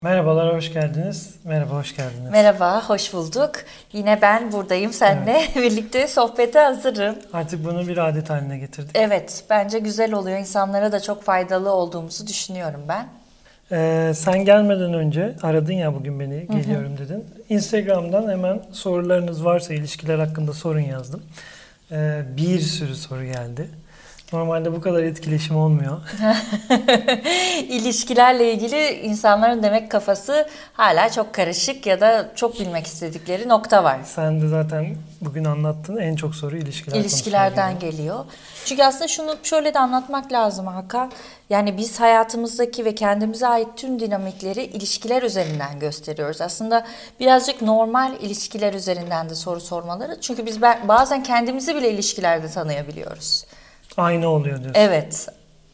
Merhabalar, hoş geldiniz. Merhaba, hoş geldiniz. Merhaba, hoş bulduk. Yine ben buradayım seninle. Birlikte sohbete hazırım. Artık bunu bir adet haline getirdik. Evet, bence güzel oluyor. İnsanlara da çok faydalı olduğumuzu düşünüyorum ben. Sen gelmeden önce aradın ya bugün beni, geliyorum dedin. Instagram'dan hemen sorularınız varsa ilişkiler hakkında sorun yazdım. Bir sürü soru geldi. Normalde bu kadar etkileşim olmuyor. İlişkilerle ilgili insanların demek kafası hala çok karışık ya da çok bilmek istedikleri nokta var. Sen de zaten bugün anlattığın en çok soru İlişkilerden geliyor. Çünkü aslında şunu şöyle de anlatmak lazım Hakan. Yani biz hayatımızdaki ve kendimize ait tüm dinamikleri ilişkiler üzerinden gösteriyoruz. Aslında birazcık normal ilişkiler üzerinden de soru sormaları. Çünkü biz bazen kendimizi bile ilişkilerde tanıyabiliyoruz. Aynı oluyor diyorsun. Evet.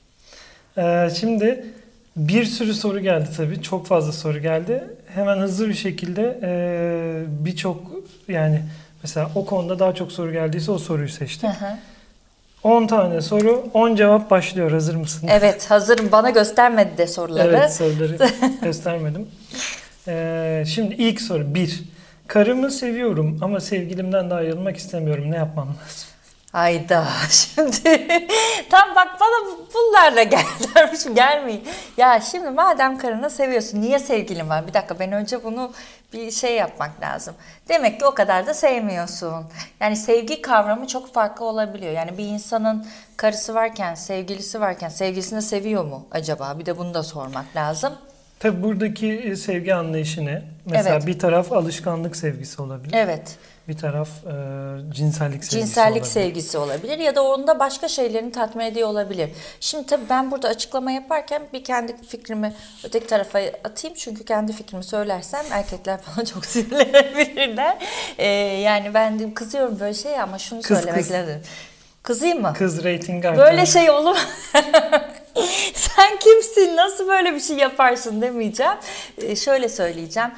Şimdi bir sürü soru geldi tabii. Çok fazla soru geldi. Hemen hızlı bir şekilde birçok yani mesela o konuda daha çok soru geldiyse o soruyu seçtim. 10 tane soru, 10 cevap başlıyor. Hazır mısın? Evet, hazırım. Bana göstermedi de soruları. Evet, soruları göstermedim. Şimdi ilk soru 1. Karımı seviyorum ama sevgilimden de ayrılmak istemiyorum. Ne yapmam lazım? Hayda şimdi tam bak bana bunlarla geldilermiş gelmeyin. Ya şimdi madem karını seviyorsun niye sevgilin var? Bir dakika ben önce bunu bir şey yapmak lazım. Demek ki o kadar da sevmiyorsun. Yani sevgi kavramı çok farklı olabiliyor. Yani bir insanın karısı varken sevgilisi varken sevgilisini seviyor mu acaba? Bir de bunu da sormak lazım. Tabii buradaki sevgi anlayışı ne? Mesela Evet. bir taraf alışkanlık sevgisi olabilir. Evet. Bir taraf cinsellik sevgisi Cinsellik olabilir. sevgisi olabilir ya da onda başka şeylerini tatmin ediyor olabilir. Şimdi tabii ben burada açıklama yaparken bir kendi fikrimi öteki tarafa atayım. Çünkü kendi fikrimi söylersem erkekler bana çok sinirlenebilirler. Yani ben de kızıyorum böyle şey ama şunu söylemek lazım. Kızayım mı? Kız reytingi artar. Böyle şey olur mu? Sen kimsin? Nasıl böyle bir şey yaparsın demeyeceğim. Şöyle söyleyeceğim.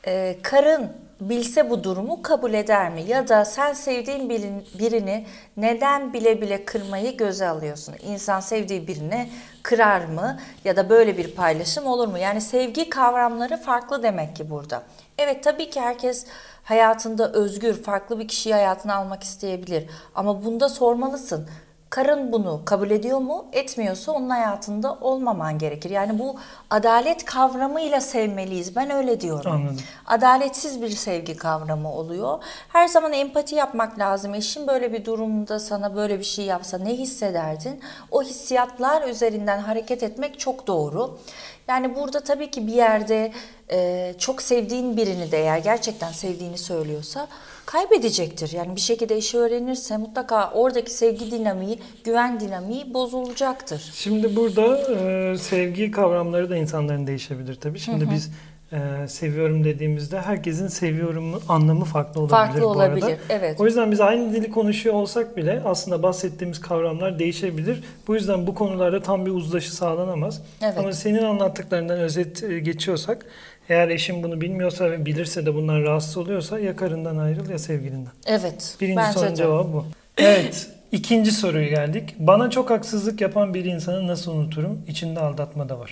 Karın bilse bu durumu kabul eder mi? Ya da sen sevdiğin birini neden bile bile kırmayı göze alıyorsun? İnsan sevdiği birini kırar mı? Ya da böyle bir paylaşım olur mu? Yani sevgi kavramları farklı demek ki burada. Evet tabii ki herkes hayatında özgür, farklı bir kişiyi hayatına almak isteyebilir. Ama bunda sormalısın. Karın bunu kabul ediyor mu? Etmiyorsa onun hayatında olmaman gerekir. Yani bu adalet kavramıyla sevmeliyiz. Ben öyle diyorum. Anladım. Adaletsiz bir sevgi kavramı oluyor. Her zaman empati yapmak lazım. Eşin böyle bir durumda sana böyle bir şey yapsa ne hissederdin? O hissiyatlar üzerinden hareket etmek çok doğru. Yani burada tabii ki bir yerde çok sevdiğin birini de eğer gerçekten sevdiğini söylüyorsa kaybedecektir. Yani bir şekilde işi öğrenirse mutlaka oradaki sevgi dinamiği, güven dinamiği bozulacaktır. Şimdi burada sevgi kavramları da insanların değişebilir tabii. Şimdi biz seviyorum dediğimizde herkesin seviyorum anlamı farklı olabilir Farklı bu arada. olabilir, evet. O yüzden biz aynı dili konuşuyor olsak bile aslında bahsettiğimiz kavramlar değişebilir. Bu yüzden bu konularda tam bir uzlaşı sağlanamaz. Evet. Ama senin anlattıklarından özet geçiyorsak eğer eşin bunu bilmiyorsa ve bilirse de bundan rahatsız oluyorsa ya karından ayrıl ya sevgilinden. Evet. Birinci sorunun cevabı bu. Evet. İkinci soruya geldik. Bana çok haksızlık yapan bir insanı nasıl unuturum? İçinde aldatma da var.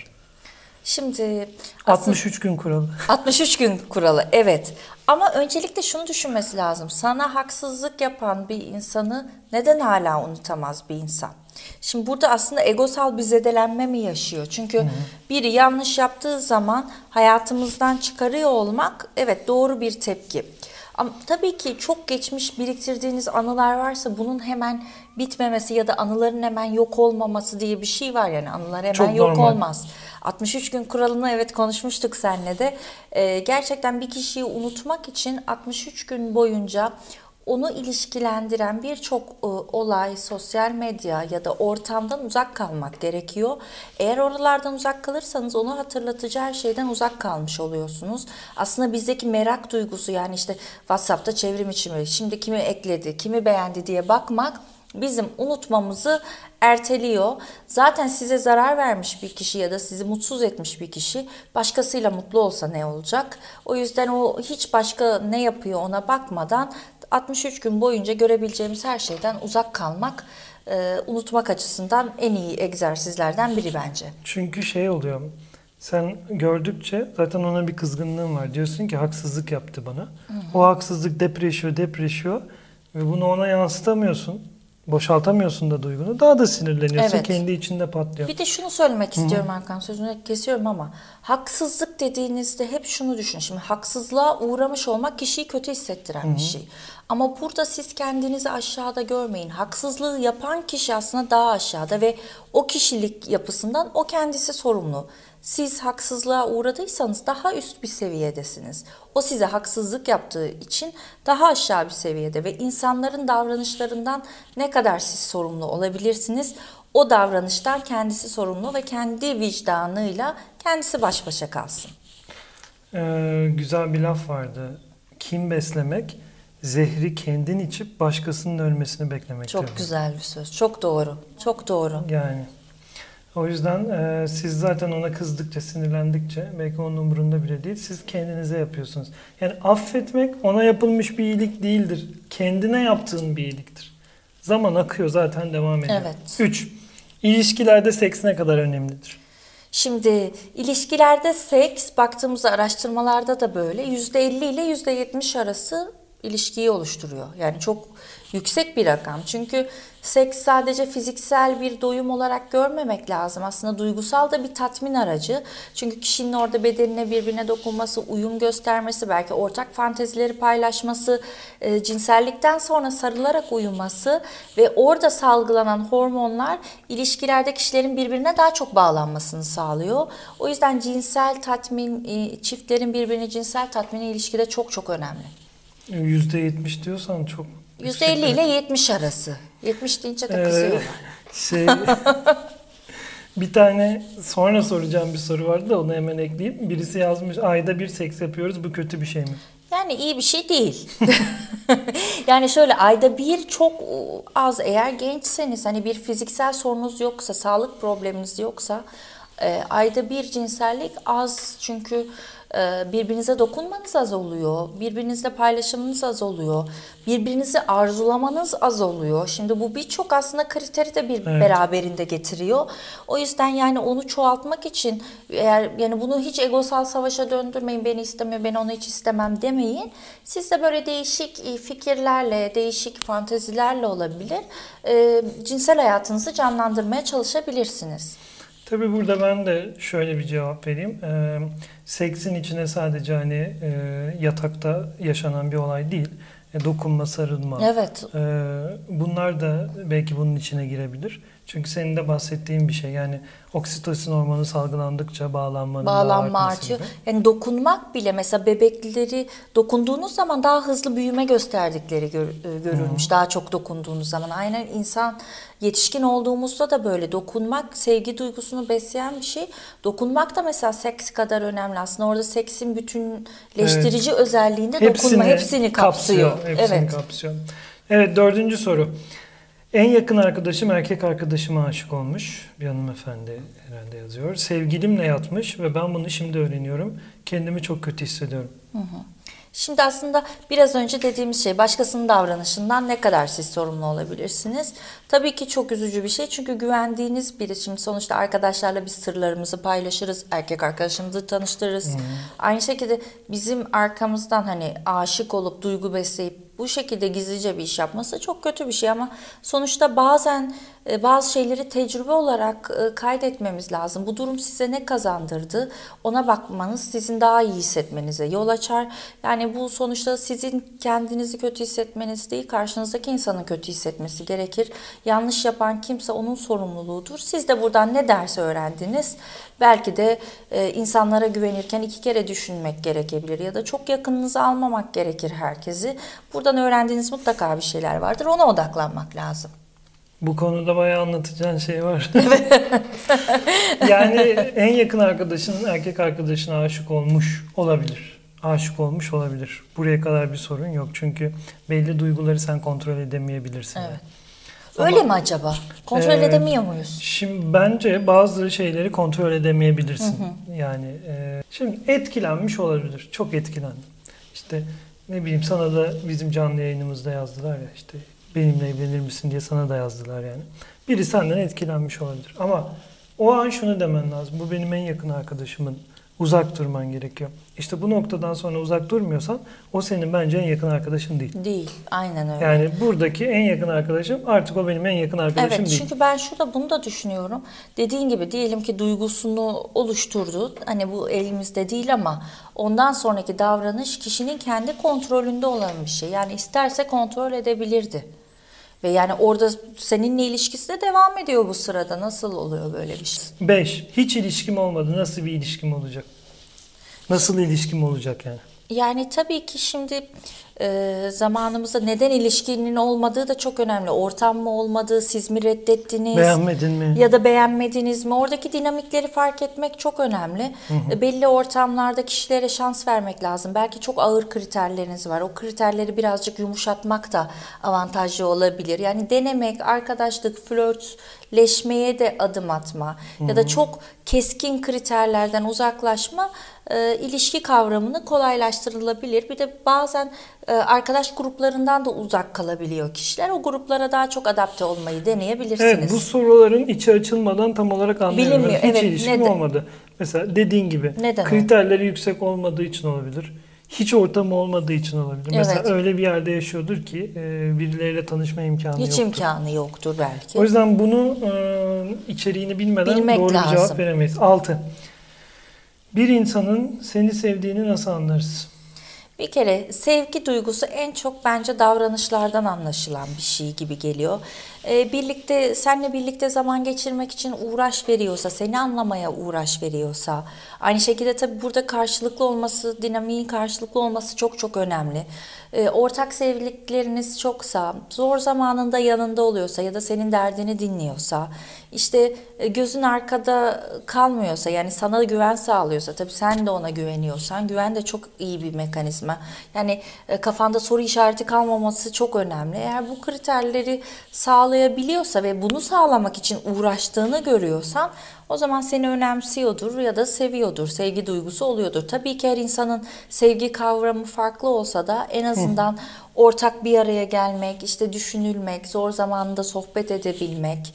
Şimdi 63 gün kuralı. 63 gün kuralı evet. Ama öncelikle şunu düşünmesi lazım. Sana haksızlık yapan bir insanı neden hala unutamaz bir insan? Şimdi burada aslında egosal bir zedelenme mi yaşıyor? Çünkü biri yanlış yaptığı zaman hayatımızdan çıkarıyor olmak evet doğru bir tepki. Ama tabii ki çok geçmiş biriktirdiğiniz anılar varsa bunun hemen bitmemesi ya da anıların hemen yok olmaması diye bir şey var yani anılar hemen Çok yok normal. olmaz. 63 gün kuralını evet konuşmuştuk seninle de. Gerçekten bir kişiyi unutmak için 63 gün boyunca onu ilişkilendiren birçok olay, sosyal medya ya da ortamdan uzak kalmak gerekiyor. Eğer oralardan uzak kalırsanız onu hatırlatıcı her şeyden uzak kalmış oluyorsunuz. Aslında bizdeki merak duygusu yani işte WhatsApp'ta çevrim içi mi, şimdi kimi ekledi, kimi beğendi diye bakmak bizim unutmamızı erteliyor. Zaten size zarar vermiş bir kişi ya da sizi mutsuz etmiş bir kişi başkasıyla mutlu olsa ne olacak? O yüzden o hiç başka ne yapıyor ona bakmadan 63 gün boyunca görebileceğimiz her şeyden uzak kalmak unutmak açısından en iyi egzersizlerden biri bence. Çünkü şey oluyor. Sen gördükçe zaten ona bir kızgınlığın var. Diyorsun ki haksızlık yaptı bana. O haksızlık depreşiyor ve bunu ona yansıtamıyorsun. Boşaltamıyorsun da duygunu. Daha da sinirleniyorsun. Evet. Kendi içinde patlıyor. Bir de şunu söylemek istiyorum Hakan, sözünü kesiyorum ama haksızlık dediğinizde hep şunu düşün. Şimdi haksızlığa uğramış olmak kişiyi kötü hissettiren bir şey. Ama burada siz kendinizi aşağıda görmeyin. Haksızlığı yapan kişi aslında daha aşağıda ve o kişilik yapısından o kendisi sorumlu. Siz haksızlığa uğradıysanız daha üst bir seviyedesiniz. O size haksızlık yaptığı için daha aşağı bir seviyede ve insanların davranışlarından ne kadar siz sorumlu olabilirsiniz? O davranıştan kendisi sorumlu ve kendi vicdanıyla kendisi baş başa kalsın. Güzel bir laf vardı. Kim beslemek, zehri kendin içip başkasının ölmesini beklemektir. Çok güzel bir söz. Çok doğru. Çok doğru. Yani o yüzden siz zaten ona kızdıkça, sinirlendikçe belki onun umurunda bile değil. Siz kendinize yapıyorsunuz. Yani affetmek ona yapılmış bir iyilik değildir. Kendine yaptığın bir iyiliktir. Zaman akıyor zaten devam ediyor. Evet. 3. İlişkilerde seks ne kadar önemlidir? Şimdi ilişkilerde seks baktığımızda araştırmalarda da böyle %50 ile %70 arası ilişkiyi oluşturuyor. Yani çok yüksek bir rakam. Çünkü seks sadece fiziksel bir doyum olarak görmemek lazım. Aslında duygusal da bir tatmin aracı. Çünkü kişinin orada bedenine birbirine dokunması, uyum göstermesi, belki ortak fantezileri paylaşması, cinsellikten sonra sarılarak uyuması ve orada salgılanan hormonlar ilişkilerde kişilerin birbirine daha çok bağlanmasını sağlıyor. O yüzden cinsel tatmin, çiftlerin birbirini cinsel tatmini ilişkide çok çok önemli. %70 diyorsan çok %50 ile 70 arası. 70 deyince de kızıyorlar. Bir tane sonra soracağım bir soru vardı da onu hemen ekleyeyim. Birisi yazmış, ayda bir seks yapıyoruz, bu kötü bir şey mi? Yani iyi bir şey değil. Yani şöyle, ayda bir çok az, eğer gençseniz, hani bir fiziksel sorunuz yoksa, sağlık probleminiz yoksa ayda bir cinsellik az. Çünkü birbirinize dokunmanız az oluyor, birbirinizle paylaşımınız az oluyor, birbirinizi arzulamanız az oluyor. Şimdi bu birçok aslında kriteri de beraberinde getiriyor. O yüzden yani onu çoğaltmak için, eğer yani bunu hiç egosal savaşa döndürmeyin, beni istemiyor, ben onu hiç istemem demeyin. Siz de böyle değişik fikirlerle, değişik fantezilerle olabilir, cinsel hayatınızı canlandırmaya çalışabilirsiniz. Tabii burada ben de şöyle bir cevap vereyim. Seksin içine sadece hani yatakta yaşanan bir olay değil. Dokunma, sarılma. Evet. Bunlar da belki bunun içine girebilir. Çünkü senin de bahsettiğin bir şey. Yani oksitosin hormonu salgılandıkça bağlanma artıyor. gibi. Yani dokunmak bile, mesela bebekleri dokunduğunuz zaman daha hızlı büyüme gösterdikleri görülmüş. Daha çok dokunduğunuz zaman. Aynen insan, yetişkin olduğumuzda da böyle dokunmak sevgi duygusunu besleyen bir şey. Dokunmak da mesela seks kadar önemli. Aslında orada seksin bütünleştirici özelliğinde dokunma hepsini kapsıyor. Hepsini kapsıyor. Evet, 4. soru. En yakın arkadaşım erkek arkadaşıma aşık olmuş. Bir hanımefendi herhalde yazıyor. Sevgilimle yatmış ve ben bunu şimdi öğreniyorum. Kendimi çok kötü hissediyorum. Şimdi aslında biraz önce dediğimiz şey, başkasının davranışından ne kadar siz sorumlu olabilirsiniz? Tabii ki çok üzücü bir şey, çünkü güvendiğiniz biri, şimdi sonuçta arkadaşlarla biz sırlarımızı paylaşırız, erkek arkadaşımızı tanıştırırız. Aynı şekilde bizim arkamızdan hani aşık olup duygu besleyip bu şekilde gizlice bir iş yapması çok kötü bir şey, ama sonuçta bazen bazı şeyleri tecrübe olarak kaydetmemiz lazım. Bu durum size ne kazandırdı? Ona bakmanız sizin daha iyi hissetmenize yol açar. Yani bu sonuçta sizin kendinizi kötü hissetmeniz değil, karşınızdaki insanın kötü hissetmesi gerekir. Yanlış yapan kimse onun sorumluluğudur. Siz de buradan ne derse öğrendiniz. Belki de insanlara güvenirken 2 kere düşünmek gerekebilir ya da çok yakınınıza almamak gerekir herkesi. Buradan öğrendiğiniz mutlaka bir şeyler vardır. Ona odaklanmak lazım. Bu konuda bayağı anlatacağın şey var. Yani en yakın arkadaşının erkek arkadaşına aşık olmuş olabilir. Aşık olmuş olabilir. Buraya kadar bir sorun yok. Çünkü belli duyguları sen kontrol edemeyebilirsin. Evet. Öyle mi acaba? Kontrol edemiyor muyuz? Şimdi bence bazı şeyleri kontrol edemeyebilirsin. Yani şimdi etkilenmiş olabilir. Çok etkilendim. İşte ne bileyim, sana da bizim canlı yayınımızda yazdılar ya, işte benimle evlenir misin diye sana da yazdılar yani. Biri senden etkilenmiş olabilir. Ama O an şunu demen lazım. Bu benim en yakın arkadaşımın. Uzak durman gerekiyor. İşte bu noktadan sonra uzak durmuyorsan o senin bence en yakın arkadaşın değil. Değil. Aynen öyle. Yani buradaki en yakın arkadaşım artık o benim en yakın arkadaşım Evet, değil. çünkü ben bunu da düşünüyorum. Dediğin gibi diyelim ki duygusunu oluşturdu. Hani bu elimizde değil ama ondan sonraki davranış kişinin kendi kontrolünde olan bir şey. Yani isterse kontrol edebilirdi. Ve yani orada seninle ilişkisi de devam ediyor bu sırada. Nasıl oluyor böyle bir şey? 5. Hiç ilişkim olmadı. Nasıl bir ilişkim olacak? Nasıl ilişkim olacak yani? Yani tabii ki şimdi zamanımızda neden ilişkinin olmadığı da çok önemli. Ortam mı olmadı, siz mi reddettiniz? Beğenmedin mi? Ya da beğenmediniz mi? Oradaki dinamikleri fark etmek çok önemli. Belli ortamlarda kişilere şans vermek lazım. Belki çok ağır kriterleriniz var. O kriterleri birazcık yumuşatmak da avantajlı olabilir. Yani denemek, arkadaşlık, flörtleşmeye de adım atma ya da çok keskin kriterlerden uzaklaşma ilişki kavramını kolaylaştırılabilir. Bir de bazen arkadaş gruplarından da uzak kalabiliyor kişiler. O gruplara daha çok adapte olmayı deneyebilirsiniz. Evet, bu soruların içi açılmadan tam olarak anlayamıyorum. Bilinmiyor. Hiç Evet, ilişkim olmadı. Mesela dediğin gibi Neden kriterleri yüksek olmadığı için olabilir. Hiç ortamı olmadığı için olabilir. Evet. Mesela öyle bir yerde yaşıyordur ki birileriyle tanışma imkanı Hiç yoktur. imkanı yoktur belki. O yüzden bunu içeriğini bilmeden Bilmek doğru bir lazım. cevap veremeyiz. 6. Bir insanın seni sevdiğini nasıl anlarız? Bir kere sevgi duygusu en çok bence davranışlardan anlaşılan bir şey gibi geliyor. Seninle birlikte zaman geçirmek için uğraş veriyorsa, seni anlamaya uğraş veriyorsa, aynı şekilde tabii burada karşılıklı olması, dinamiğin karşılıklı olması çok çok önemli. Ortak sevdikleriniz çoksa, zor zamanında yanında oluyorsa ya da senin derdini dinliyorsa, işte gözün arkada kalmıyorsa, yani sana güven sağlıyorsa, tabii sen de ona güveniyorsan, güven de çok iyi bir mekanizma. Yani kafanda soru işareti kalmaması çok önemli. Eğer bu kriterleri sağlayabiliyorsa ve bunu sağlamak için uğraştığını görüyorsan, o zaman seni önemsiyordur ya da seviyordur, sevgi duygusu oluyordur. Tabii ki her insanın sevgi kavramı farklı olsa da en azından ortak bir araya gelmek, işte düşünülmek, zor zamanında sohbet edebilmek,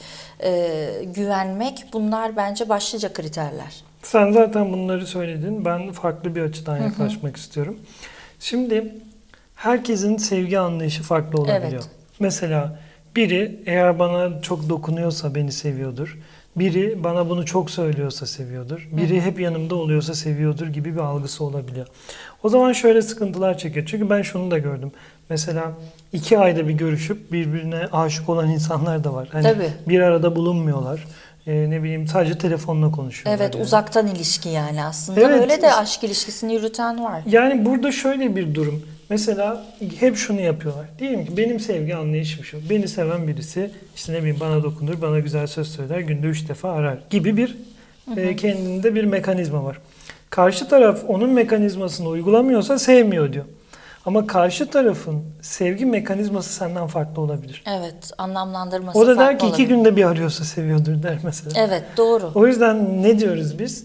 güvenmek, bunlar bence başlıca kriterler. Sen zaten bunları söyledin. Ben farklı bir açıdan yaklaşmak istiyorum. Şimdi herkesin sevgi anlayışı farklı olabiliyor. Evet. Mesela biri eğer bana çok dokunuyorsa beni seviyordur. Biri bana bunu çok söylüyorsa seviyordur. Biri hep yanımda oluyorsa seviyordur gibi bir algısı olabiliyor. O zaman şöyle sıkıntılar çekiyor. Çünkü ben şunu da gördüm. Mesela 2 ayda bir görüşüp birbirine aşık olan insanlar da var. Hani Tabii. bir arada bulunmuyorlar. Ne bileyim sadece telefonla konuşuyorlar. Evet, yani. uzaktan ilişki yani aslında. Evet. Böyle de aşk ilişkisini yürüten var. Yani burada şöyle bir durum. Mesela hep şunu yapıyorlar. Diyelim ki benim sevgi anlayışım şu. Beni seven birisi işte ne bileyim bana dokunur, bana güzel söz söyler, günde 3 defa arar gibi bir kendinde bir mekanizma var. Karşı taraf onun mekanizmasını uygulamıyorsa sevmiyor diyor. Ama karşı tarafın sevgi mekanizması senden farklı olabilir. Evet, anlamlandırması O da farklı der ki 2 olabilir. günde bir arıyorsa seviyordur der mesela. Evet, doğru. O yüzden ne diyoruz biz?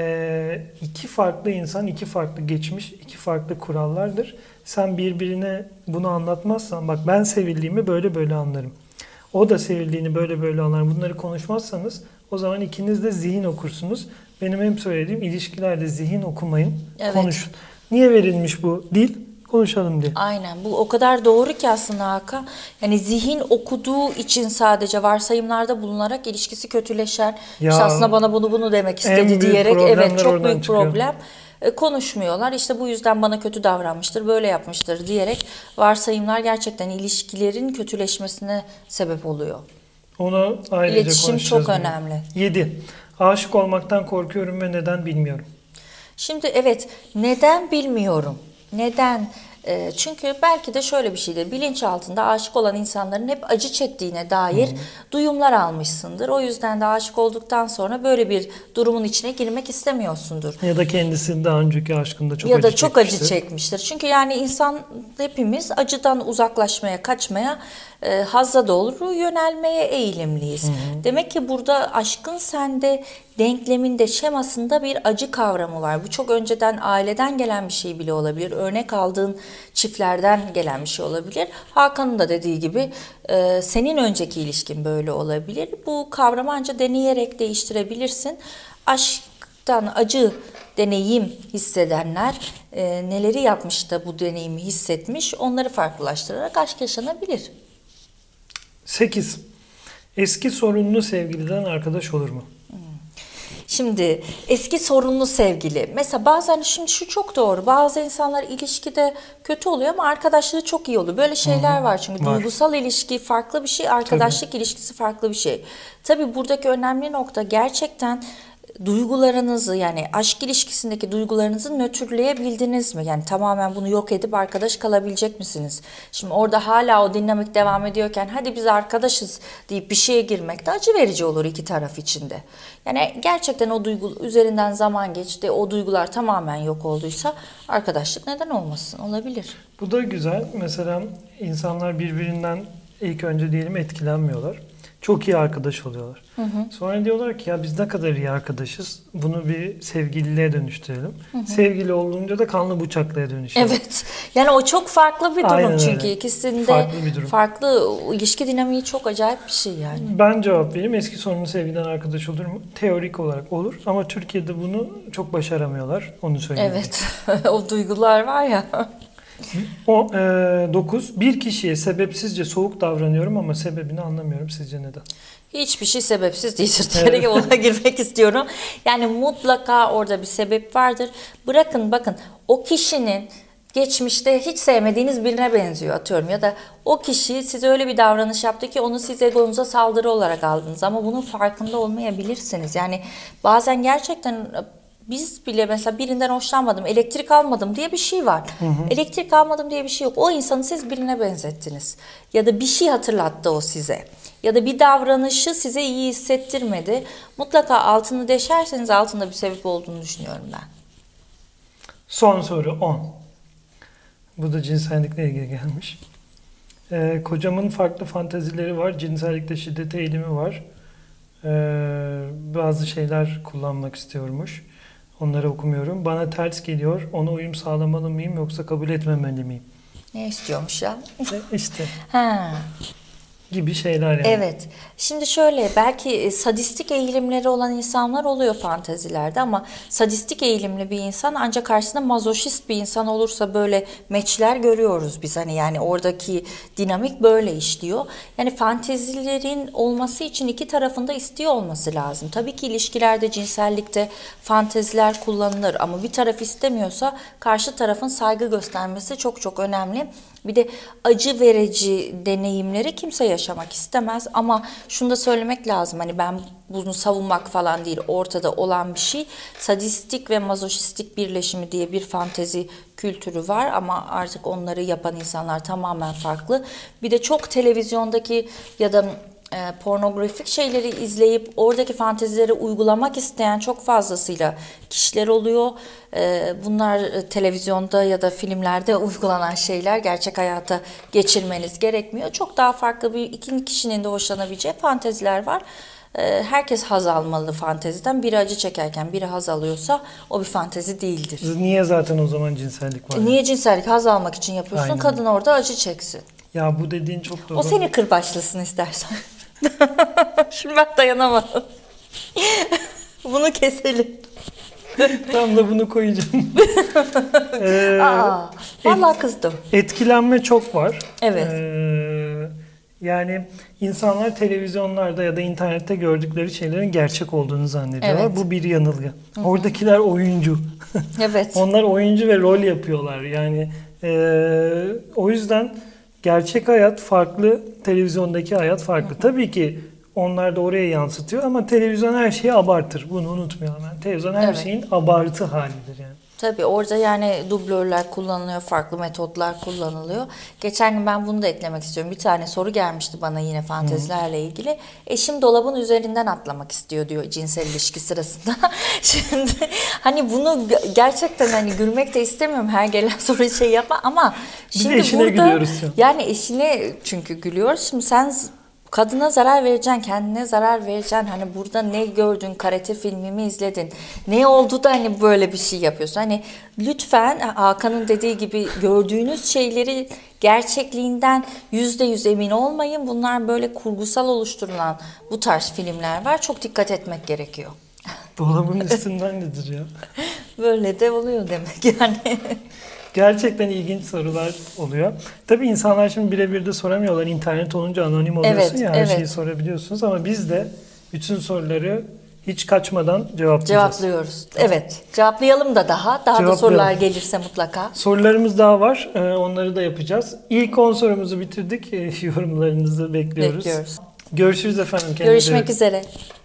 2 farklı insan, 2 farklı geçmiş, 2 farklı kurallardır. Sen birbirine bunu anlatmazsan, bak ben sevildiğimi böyle böyle anlarım. O da sevildiğini böyle böyle anlar. Bunları konuşmazsanız o zaman ikiniz de zihin okursunuz. Benim hep söylediğim ilişkilerde zihin okumayın, Evet. konuşun. Niye verilmiş bu dil? Konuşalım diye. Aynen, bu o kadar doğru ki aslında Hakan. Yani zihin okuduğu için sadece varsayımlarda bulunarak ilişkisi kötüleşen, Ya, işte aslında bana bunu demek istedi büyük diyerek, problemler evet çok oradan büyük çıkıyor. problem. Konuşmuyorlar. İşte bu yüzden bana kötü davranmıştır, böyle yapmıştır diyerek varsayımlar gerçekten ilişkilerin kötüleşmesine sebep oluyor. Onu ayrıca İletişim konuşacağız. çok önemli. 7. Aşık olmaktan korkuyorum ve neden bilmiyorum. Şimdi evet, neden bilmiyorum. Neden? Çünkü belki de şöyle bir şeydir. Bilinçaltında aşık olan insanların hep acı çektiğine dair duyumlar almışsındır. O yüzden de aşık olduktan sonra böyle bir durumun içine girmek istemiyorsundur. Ya da kendisi daha önceki aşkında çok Ya acı da çok acı çekmiştir. çekmiştir. Çünkü yani insan hepimiz acıdan uzaklaşmaya, kaçmaya, hazza doğru yönelmeye eğilimliyiz. Demek ki burada aşkın sende denkleminde, şemasında bir acı kavramı var. Bu çok önceden aileden gelen bir şey bile olabilir. Örnek aldığın çiftlerden gelen bir şey olabilir. Hakan'ın da dediği gibi senin önceki ilişkin böyle olabilir. Bu kavramı ancak deneyerek değiştirebilirsin. Aşktan acı deneyim hissedenler neleri yapmış da bu deneyimi hissetmiş, onları farklılaştırarak aşk yaşanabilir. 8. Eski sorunlu sevgiliden arkadaş olur mu? Şimdi eski sorunlu sevgili. Mesela bazen, şimdi şu çok doğru. Bazı insanlar ilişkide kötü oluyor ama arkadaşlığı çok iyi oluyor. Böyle şeyler var çünkü. Var. Duygusal ilişki farklı bir şey, arkadaşlık ilişkisi farklı bir şey. Tabii buradaki önemli nokta gerçekten duygularınızı, yani aşk ilişkisindeki duygularınızı nötrleyebildiniz mi? Yani tamamen bunu yok edip arkadaş kalabilecek misiniz? Şimdi orada hala o dinamik devam ediyorken hadi biz arkadaşız deyip bir şeye girmek de acı verici olur iki taraf için de. Yani gerçekten o duygu üzerinden zaman geçti, o duygular tamamen yok olduysa arkadaşlık neden olmasın? Olabilir. Bu da güzel. Mesela insanlar birbirinden ilk önce diyelim etkilenmiyorlar. Çok iyi arkadaş oluyorlar. Sonra diyorlar ki ya biz ne kadar iyi arkadaşız. Bunu bir sevgililiğe dönüştürelim. Sevgili olunca da kanlı bıçaklığa dönüşüyor. Evet. Yani o çok farklı bir durum. Aynen çünkü öyle. ikisinde Farklı bir durum. farklı ilişki dinamiği çok acayip bir şey yani. Ben cevap vereyim. Eski sorunlu sevgiliden arkadaş olur mu? Teorik olarak olur. Ama Türkiye'de bunu çok başaramıyorlar. Onu söyleyeyim. Evet. O duygular var ya. 9. Bir kişiye sebepsizce soğuk davranıyorum ama sebebini anlamıyorum. Sizce neden? Hiçbir şey sebepsiz değildir diyerek ona girmek istiyorum. Yani mutlaka orada bir sebep vardır. Bırakın bakın, o kişinin geçmişte hiç sevmediğiniz birine benziyor atıyorum, ya da o kişi size öyle bir davranış yaptı ki onu siz egonuza saldırı olarak aldınız ama bunun farkında olmayabilirsiniz. Yani bazen gerçekten biz bile mesela birinden hoşlanmadım, elektrik almadım diye bir şey var. Elektrik almadım diye bir şey yok. O insanı siz birine benzettiniz. Ya da bir şey hatırlattı o size. Ya da bir davranışı size iyi hissettirmedi. Mutlaka altını deşerseniz altında bir sebep olduğunu düşünüyorum ben. Son soru 10. Bu da cinsellikle ilgili gelmiş. Kocamın farklı fantezileri var. Cinsellikte şiddet eğilimi var. Bazı şeyler kullanmak istiyormuş. Onları okumuyorum. Bana ters geliyor. Ona uyum sağlamalı mıyım yoksa kabul etmemeli miyim? Ne istiyormuş ya? İşte Ha. gibi şeyler yani. Evet. Şimdi şöyle, belki sadistik eğilimleri olan insanlar oluyor fantezilerde ama sadistik eğilimli bir insan ancak karşısında mazoşist bir insan olursa böyle meçler görüyoruz biz, hani yani oradaki dinamik böyle işliyor. Yani fantezilerin olması için iki tarafında istiyor olması lazım. Tabii ki ilişkilerde, cinsellikte fanteziler kullanılır ama bir taraf istemiyorsa karşı tarafın saygı göstermesi çok çok önemli. Bir de acı verici deneyimleri kimse yaşamak istemez ama şunu da söylemek lazım, hani ben bunu savunmak falan değil, ortada olan bir şey. Sadistik ve mazoşistik birleşimi diye bir fantezi kültürü var ama artık onları yapan insanlar tamamen farklı. Bir de çok televizyondaki ya da pornografik şeyleri izleyip oradaki fantezileri uygulamak isteyen çok fazlasıyla kişiler oluyor. Bunlar televizyonda ya da filmlerde uygulanan şeyler, gerçek hayata geçirmeniz gerekmiyor. Çok daha farklı bir iki kişinin de hoşlanabileceği fanteziler var. Herkes haz almalı fanteziden. Biri acı çekerken biri haz alıyorsa o bir fantezi değildir. Niye zaten o zaman cinsellik var? Niye cinsellik? Haz almak için yapıyorsun. Aynen. Kadın orada acı çeksin. Ya bu dediğin çok doğru. O seni kırbaçlasın istersen. Şimdi ben dayanamadım. Bunu keselim. Tam da bunu koyacağım. Vallahi kızdım. Etkilenme çok var. Evet. Yani insanlar televizyonlarda ya da internette gördükleri şeylerin gerçek olduğunu zannediyorlar. Evet. Bu bir yanılgı. Oradakiler oyuncu. Evet. Onlar oyuncu ve rol yapıyorlar. Yani o yüzden gerçek hayat farklı, televizyondaki hayat farklı. Tabii ki onlar da oraya yansıtıyor ama televizyon her şeyi abartır. Bunu unutmayalım. Yani televizyon her şeyin abartı halidir yani. Tabii orada yani dublörler kullanılıyor, farklı metotlar kullanılıyor. Geçen gün ben bunu da eklemek istiyorum. Bir tane soru gelmişti bana yine fantezilerle ilgili. Eşim dolabın üzerinden atlamak istiyor diyor cinsel ilişki sırasında. Şimdi hani bunu gerçekten hani gülmek de istemiyorum, her gelen soru şey yapma ama Biz şimdi eşine burada gülüyoruz ya. yani eşine çünkü gülüyoruz. Şimdi sen Kadına zarar vereceksin, kendine zarar vereceksin. Hani burada ne gördün, karate filmimi izledin. Ne oldu da hani böyle bir şey yapıyorsun. Hani lütfen Hakan'ın dediği gibi gördüğünüz şeyleri gerçekliğinden %100 emin olmayın. Bunlar böyle kurgusal oluşturulan bu tarz filmler var. Çok dikkat etmek gerekiyor. Dolabın üstünden nedir ya? Böyle de oluyor demek yani. Gerçekten ilginç sorular oluyor. Tabii insanlar şimdi birebir de soramıyorlar. İnternet olunca anonim oluyorsun Evet, ya, her evet. şeyi sorabiliyorsunuz ama biz de bütün soruları hiç kaçmadan cevaplayacağız. Cevaplıyoruz. Evet. Cevaplayalım da daha. Daha da sorular gelirse mutlaka. Sorularımız daha var. Onları da yapacağız. İlk 10 sorumuzu bitirdik. Yorumlarınızı bekliyoruz. Bekliyoruz. Görüşürüz efendim. Kendinize Görüşmek üzere.